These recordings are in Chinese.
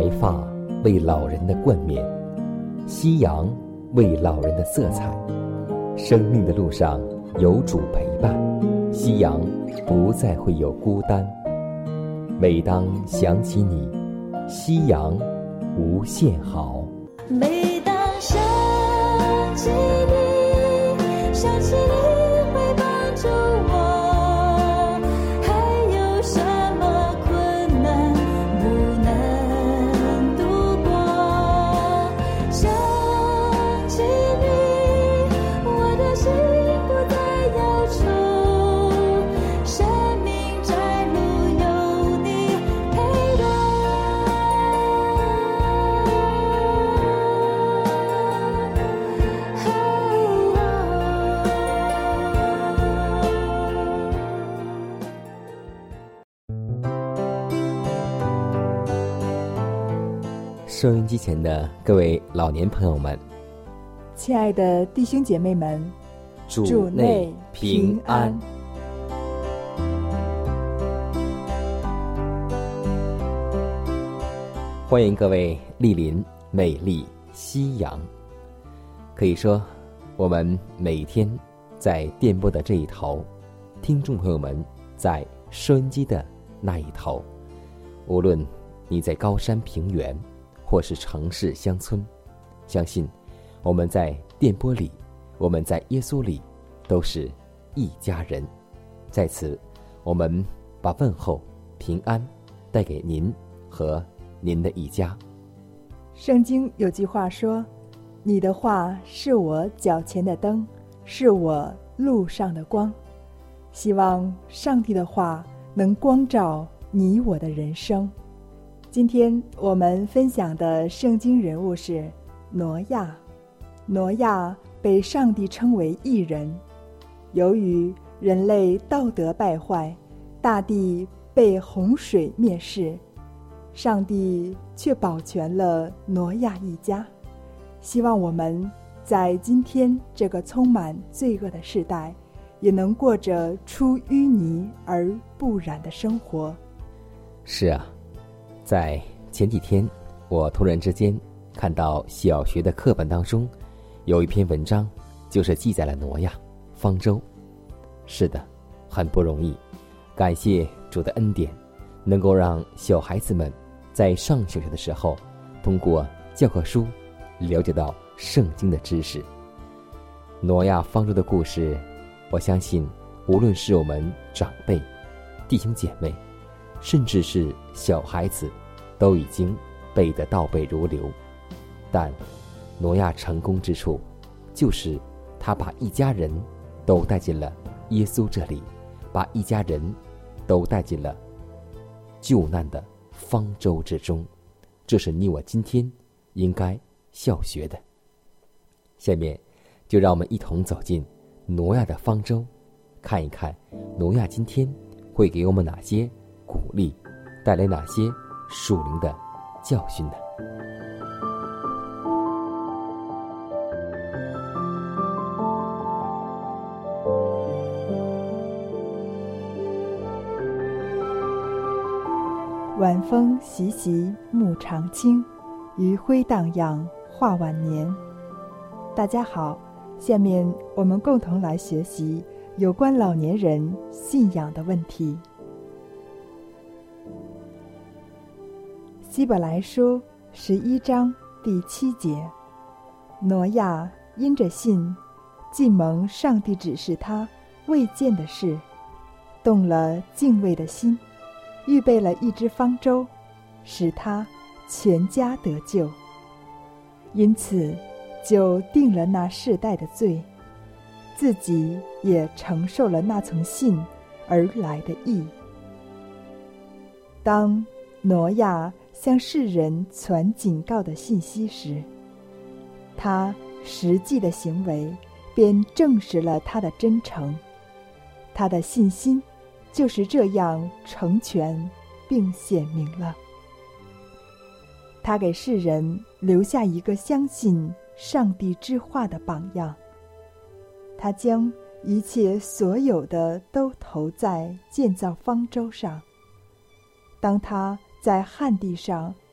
白发为老人的冠冕，夕阳为老人的色彩。生命的路上有主陪伴，夕阳不再会有孤单。每当想起你，夕阳无限好。 每当想起你，想起你会帮助我，还有什么困难不能度过？想起你，我的心不再忧愁，生命窄路有你陪伴。 收音机前的各位老年朋友们， 亲爱的弟兄姐妹们， 主内平安。欢迎各位莅临美丽夕阳。可以说，我们每天在电波的这一头，听众朋友们在收音机的那一头，无论你在高山平原或是城市乡村，相信我们在电波里，我们在耶稣里都是一家人。在此，我们把问候平安带给您和您的一家。 圣经有句话说，你的话是我脚前的灯，是我路上的光。希望上帝的话能光照你我的人生。今天我们分享的圣经人物是挪亚。挪亚被上帝称为义人，由于人类道德败坏，大地被洪水灭世，上帝却保全了挪亚一家。希望我们在今天这个充满罪恶的时代，也能过着出淤泥而不染的生活。 是啊，在前几天，我突然之间看到小学的课本当中有一篇文章，就是记载了挪亚方舟。是的，很不容易，感谢主的恩典，能够让小孩子们在上小学的时候，通过教科书了解到圣经的知识。挪亚方舟的故事，我相信无论是我们长辈、弟兄姐妹，甚至是小孩子，都已经背得倒背如流。但挪亚成功之处，就是他把一家人都带进了耶稣这里，把一家人都带进了救难的方舟之中。这是你我今天应该效学的。下面就让我们一同走进挪亚的方舟，看一看挪亚今天会给我们哪些鼓励，带来哪些属灵的教训呢？ 晚风习习，暮长青，余晖荡漾，画晚年。大家好，下面我们共同来学习有关老年人信仰的问题。希伯来书11章第7节，挪亚因着信，既蒙上帝指示他未见的事，动了敬畏的心，预备了一只方舟，使他全家得救。因此就定了那世代的罪，自己也承受了那从信而来的义。当挪亚向世人传警告的信息时，他实际的行为便证实了他的真诚。他的信心就是这样成全并显明了。他给世人留下一个相信上帝之话的榜样。他将一切所有的都投在建造方舟上。当他在旱地上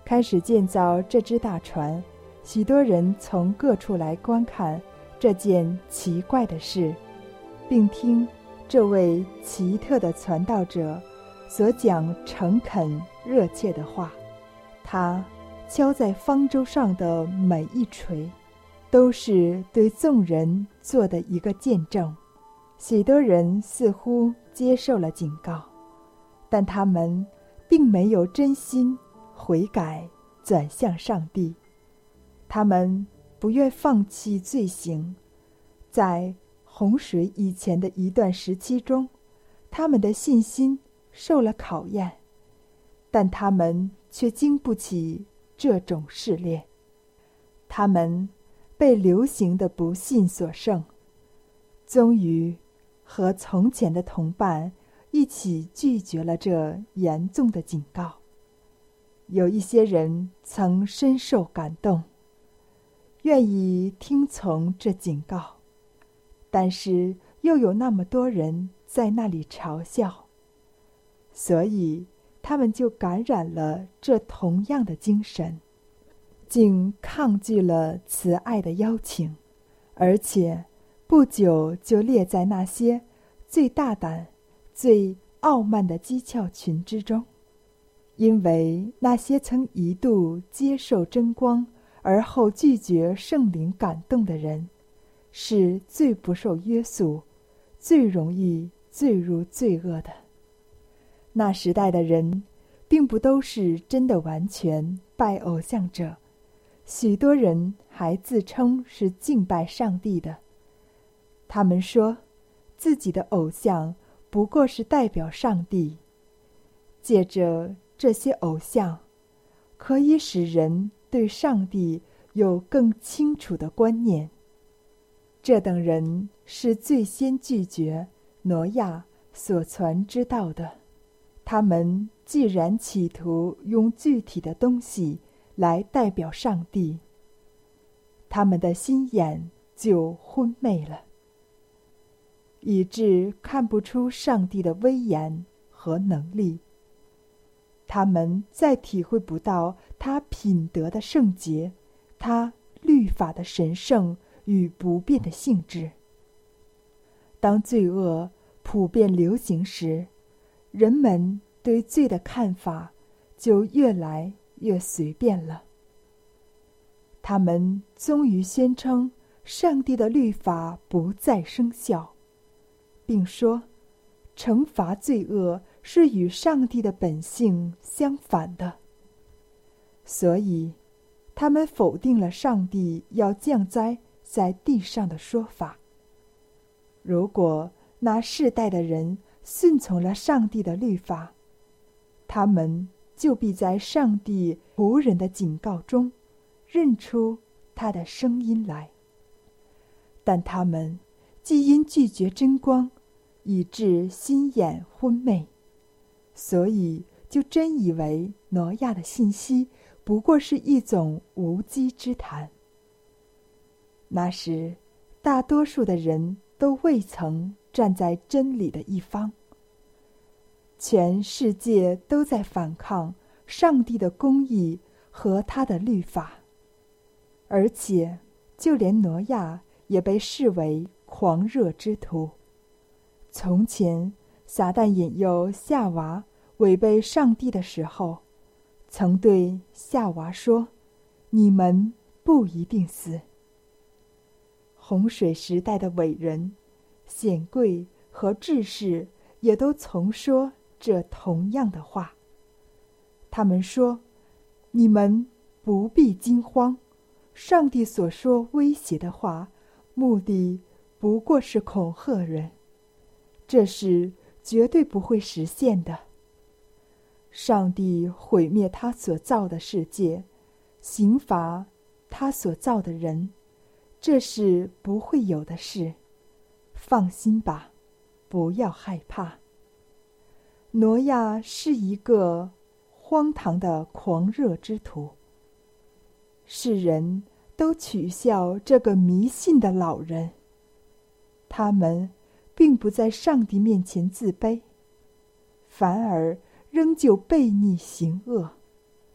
开始建造这只大船，许多人从各处来观看这件奇怪的事，并听这位奇特的传道者所讲诚恳热切的话。他敲在方舟上的每一锤，都是对众人做的一个见证。许多人似乎接受了警告，但他们并没有真心悔改转向上帝。他们不愿放弃罪行。在洪水以前的一段时期中，他们的信心受了考验，但他们却经不起这种试炼。他们被流行的不信所胜，终于和从前的同伴一起拒绝了这严重的警告。有一些人曾深受感动，愿意听从这警告，但是又有那么多人在那里嘲笑，所以他们就感染了这同样的精神，竟抗拒了慈爱的邀请，而且不久就列在那些最大胆、最傲慢的讥诮群之中。因为那些曾一度接受真光而后拒绝圣灵感动的人，是最不受约束、最容易坠入罪恶的。那时代的人并不都是真的完全拜偶像者，许多人还自称是敬拜上帝的。他们说自己的偶像不过是代表上帝，借着这些偶像可以使人对上帝有更清楚的观念。这等人是最先拒绝挪亚所传之道的。他们既然企图用具体的东西来代表上帝，他们的心眼就昏昧了，以致看不出上帝的威严和能力。他们再体会不到他品德的圣洁，他律法的神圣与不变的性质。当罪恶普遍流行时，人们对罪的看法就越来越随便了。他们终于宣称上帝的律法不再生效，并说惩罚罪恶是与上帝的本性相反的。所以他们否定了上帝要降灾在地上的说法。如果那世代的人顺从了上帝的律法，他们就必在上帝仆人的警告中认出他的声音来。但他们既因拒绝真光，以致心眼昏昧，所以就真以为挪亚的信息不过是一种无稽之谈。那时大多数的人都未曾站在真理的一方，全世界都在反抗上帝的公义和他的律法，而且就连挪亚也被视为狂热之徒。从前撒旦引诱夏娃违背上帝的时候，曾对夏娃说，你们不一定死。洪水时代的伟人、显贵和志士也都曾说这同样的话。他们说，你们不必惊慌，上帝所说威胁的话，目的不过是恐吓人，这是绝对不会实现的。上帝毁灭他所造的世界，刑罚他所造的人，这是不会有的事。放心吧，不要害怕。挪亚是一个荒唐的狂热之徒，世人都取笑这个迷信的老人。他们并不在上帝面前自卑，反而仍旧悖逆行恶，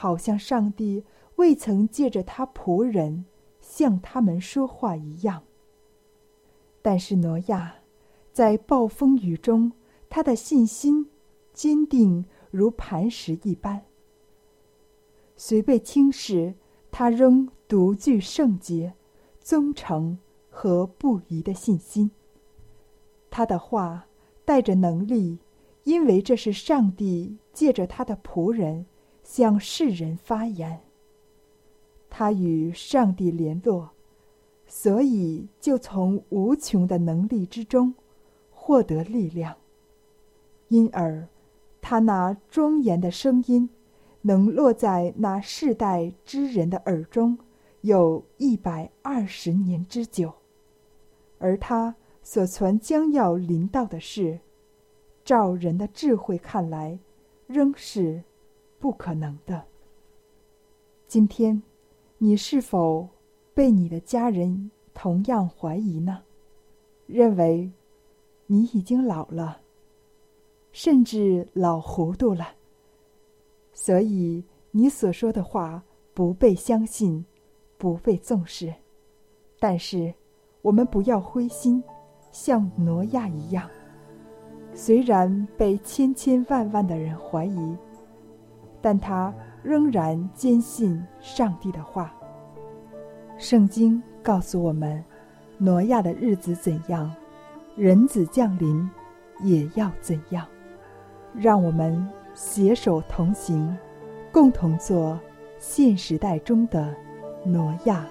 好像上帝未曾借着他仆人向他们说话一样。但是挪亚在暴风雨中，他的信心坚定如磐石一般。虽被轻视，他仍独具圣洁、忠诚和不移的信心。他的话带着能力，因为这是上帝借着他的仆人向世人发言。他与上帝联络，所以就从无穷的能力之中获得力量。因而他那庄严的声音能落在那世代之人的耳中，有120年之久。而他所传将要临到的事，照人的智慧看来，仍是不可能的。今天，你是否被你的家人同样怀疑呢？认为你已经老了，甚至老糊涂了，所以你所说的话不被相信，不被重视。但是我们不要灰心，像挪亚一样，虽然被千千万万的人怀疑，但他仍然坚信上帝的话。圣经告诉我们，挪亚的日子怎样，人子降临也要怎样。让我们携手同行，共同做现时代中的挪亚。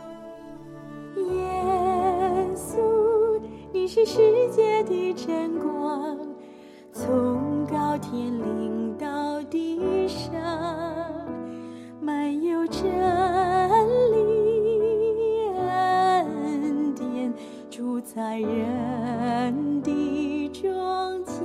耶稣，你是世界的真光，从高天临到地上，满有真理恩典，住在人的中间。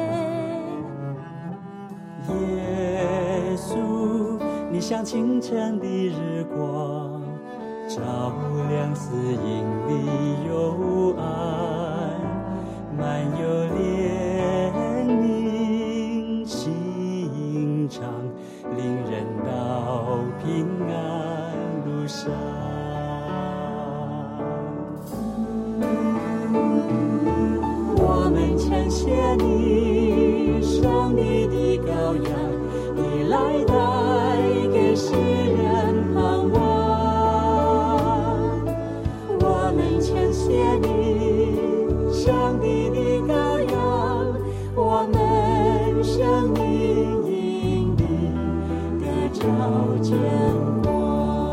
耶稣，你像清晨的日光，照亮死荫里有爱，满有怜悯心肠，领人到平安路上。我们称谢你，上帝的羔羊，你来带给世人盼望。我们称谢你，上帝的羔羊，我们生命因你得着真光。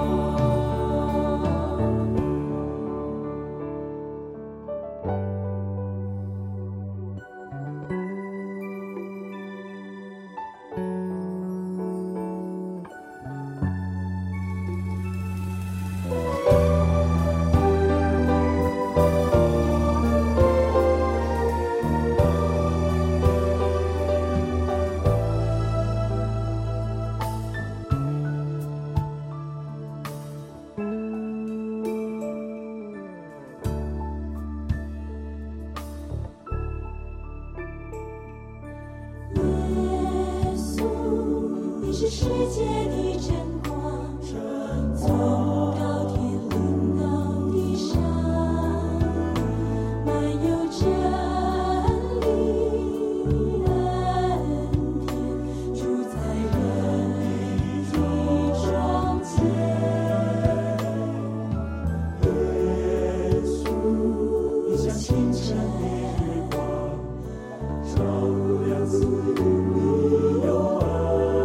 是世界的真光，从高天临到地上，满有真理恩典，住在人的中间。耶稣，你像清晨的日光，照亮死荫里有爱。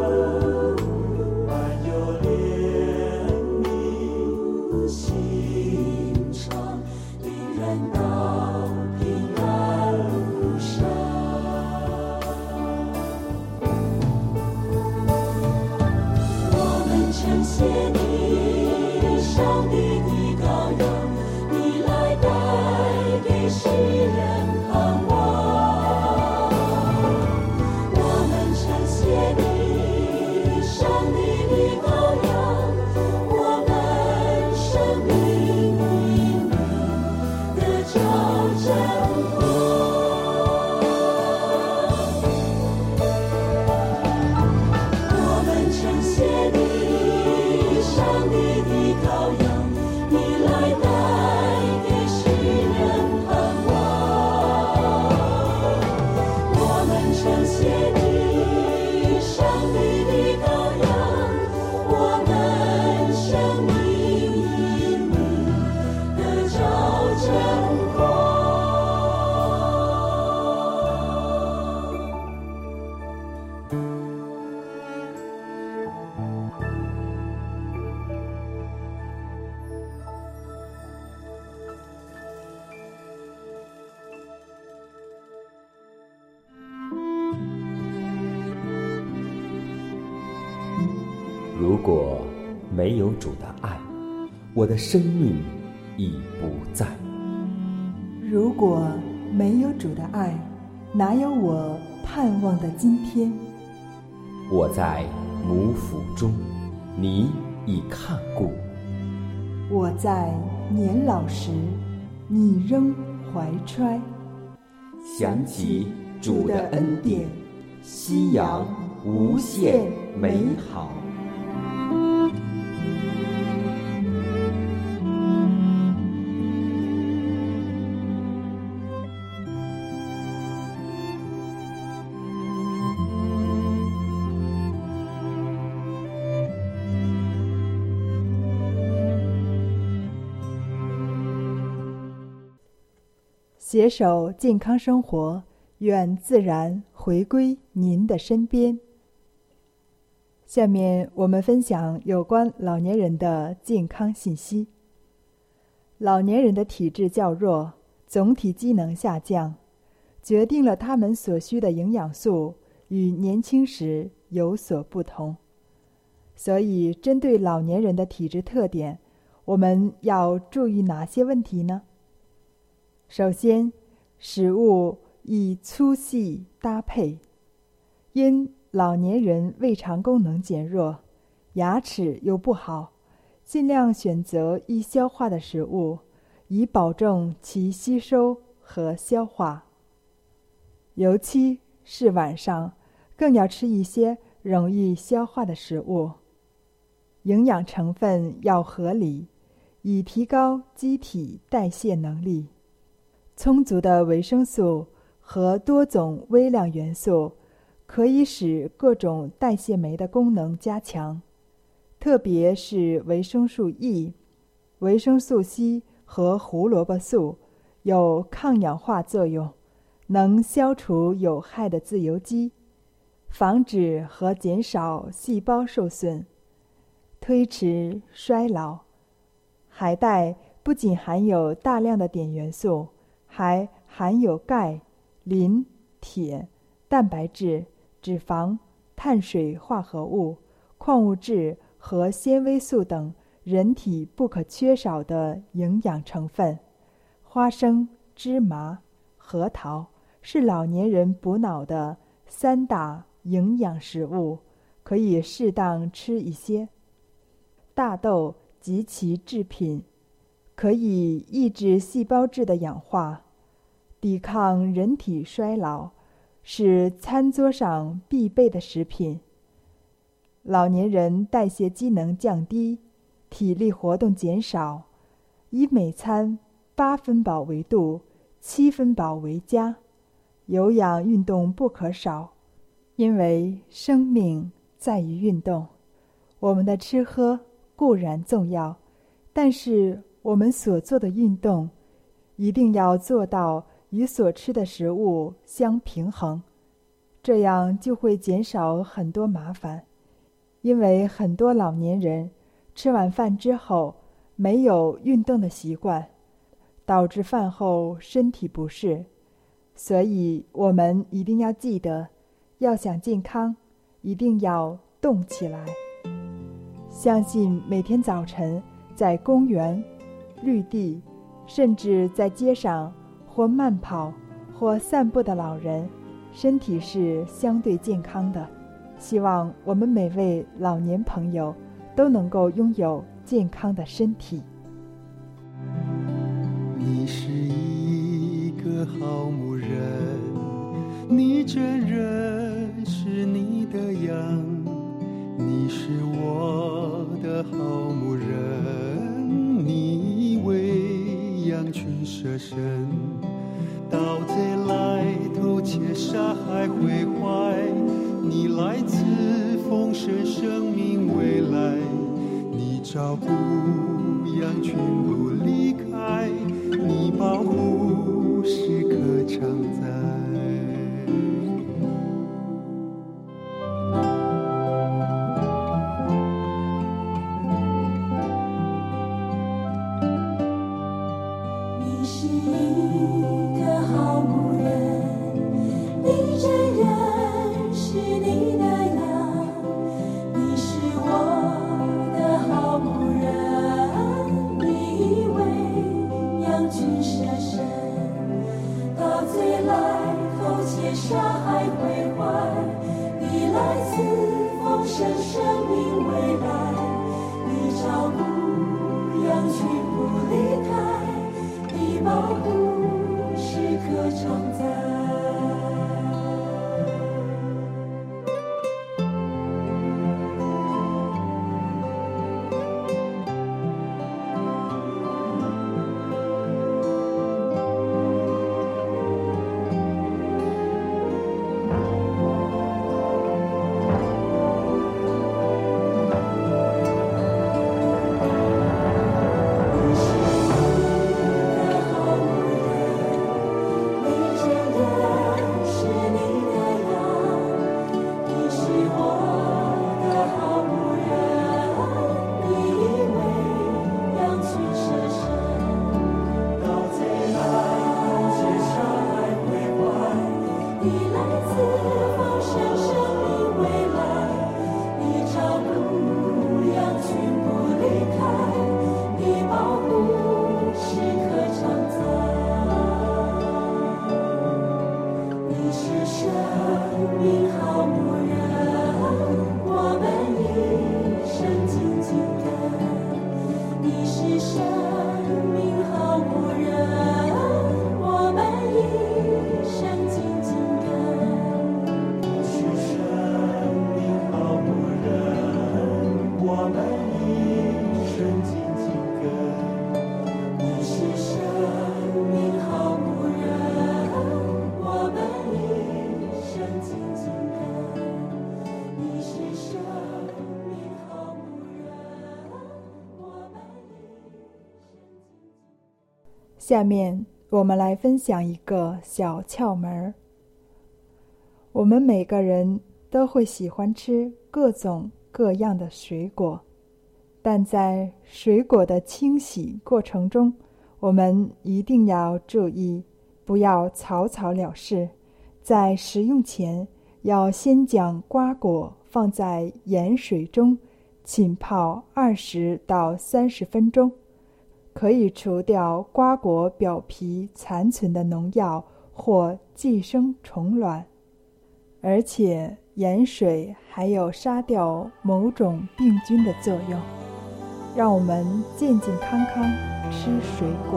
谢你，上帝的羔羊，你来带给世人盼望。我们称谢你，上帝的羔羊，我们生命因你得着真光。我们称谢你。 如果没有主的爱，我的生命已不在。 如果没有主的爱，哪有我盼望的今天？ 我在母腹中，你已看顾； 我在年老时，你仍怀揣。 想起主的恩典，夕阳无限美好。 携手健康生活，愿自然回归您的身边。下面我们分享有关老年人的健康信息。老年人的体质较弱，总体机能下降，决定了他们所需的营养素与年轻时有所不同。所以针对老年人的体质特点，我们要注意哪些问题呢？首先，食物宜粗细搭配。因老年人胃肠功能减弱，牙齿又不好，尽量选择易消化的食物，以保证其吸收和消化。尤其是晚上，更要吃一些容易消化的食物。营养成分要合理，以提高机体代谢能力。充足的维生素和多种微量元素可以使各种代谢酶的功能加强，特别是维生素 E、维生素 C 和胡萝卜素有抗氧化作用，能消除有害的自由基，防止和减少细胞受损，推迟衰老。海带不仅含有大量的碘元素，还含有钙、磷、铁、蛋白质、脂肪、碳水化合物、矿物质和纤维素等人体不可缺少的营养成分。花生、芝麻、核桃是老年人补脑的3大营养食物，可以适当吃一些。大豆及其制品可以抑制细胞质的氧化，抵抗人体衰老，是餐桌上必备的食品。老年人代谢机能降低，体力活动减少，以每餐8分饱为度，7分饱为佳。有氧运动不可少，因为生命在于运动。我们的吃喝固然重要，但是我们所做的运动一定要做到与所吃的食物相平衡，这样就会减少很多麻烦。因为很多老年人吃完饭之后没有运动的习惯，导致饭后身体不适。所以我们一定要记得，要想健康，一定要动起来。相信每天早晨在公园、绿地，甚至在街上或慢跑或散步的老人，身体是相对健康的。希望我们每位老年朋友都能够拥有健康的身体。 你是一个好牧人，你真认识你的羊，你是我的好牧人，你为羊群舍身，盗贼来偷窃杀害毁坏，你来自丰盛生命未来，你照顾羊群不离开，你保护时刻常在。 你是一个好牧人，你真认识你的羊，你是我生生命未来，你照顾羊群不离开，你保护时刻常在。 下面我们来分享一个小窍门儿。我们每个人都会喜欢吃各种各样的水果，但在水果的清洗过程中，我们一定要注意，不要草草了事。在食用前，要先将瓜果放在盐水中浸泡20到30分钟，可以除掉瓜果表皮残存的农药或寄生虫卵，而且盐水还有杀掉某种病菌的作用。让我们健健康康吃水果。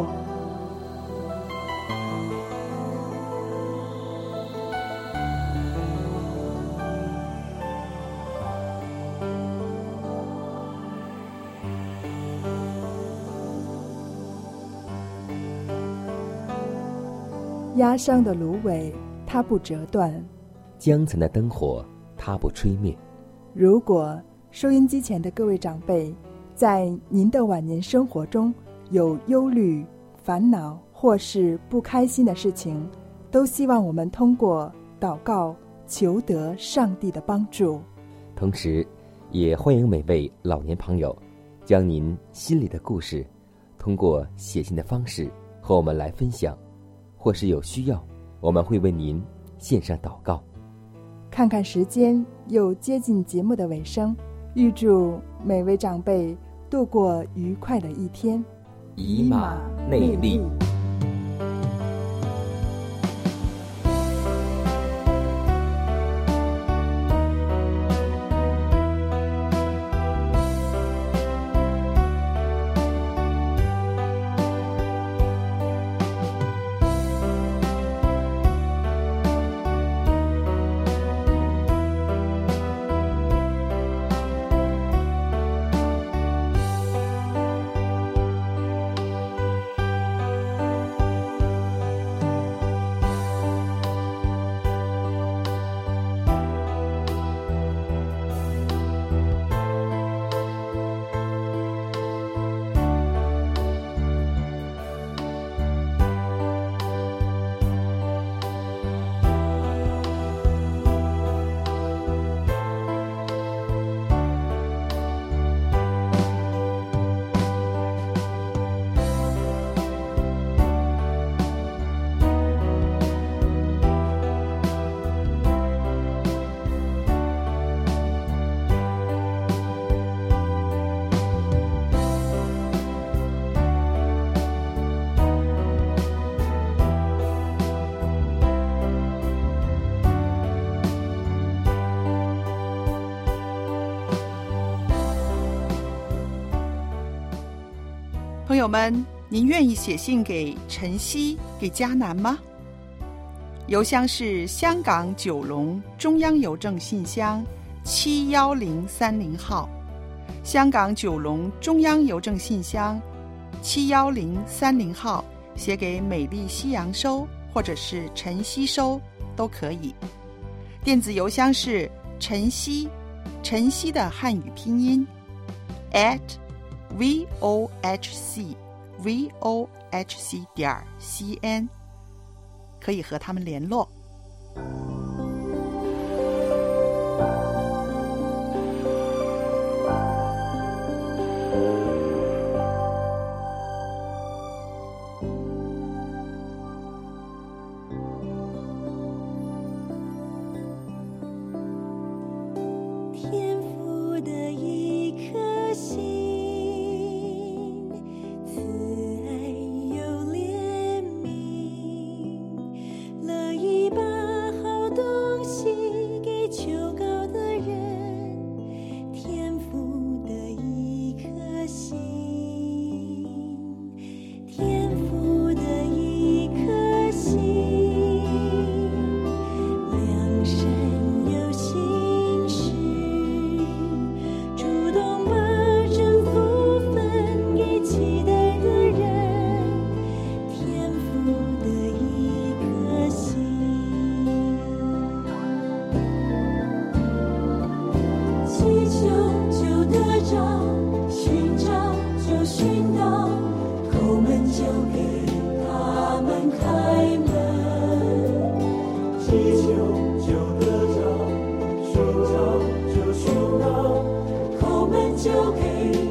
压伤的芦苇，它不折断； 江层的灯火，它不吹灭。 如果收音机前的各位长辈，在您的晚年生活中有忧虑、烦恼或是不开心的事情，都希望我们通过祷告求得上帝的帮助。 同时，也欢迎每位老年朋友将您心里的故事通过写信的方式和我们来分享，或是有需要，我们会为您献上祷告。 看看时间，又接近节目的尾声，预祝每位长辈度过愉快的一天。 以马内利。 朋友们，您愿意写信给晨曦、给迦南吗？邮箱是香港九龙中央邮政信箱71030号，香港九龙中央邮政信箱71030号，写给美丽西洋收或者是晨曦收都可以。电子邮箱是晨曦，晨曦的汉语拼音 @vohc.cn， 可以和他们联络。 天父的一颗心，慈爱又怜悯，乐意把好东西给求告的人。天父的一颗心，天父的一颗心，良善又信实，主动把这福分给期待的人。天父的一颗心，祈求就得着，寻找就寻到，叩门就给他们开门。 祈求就得着，寻找就寻到， 叩门就给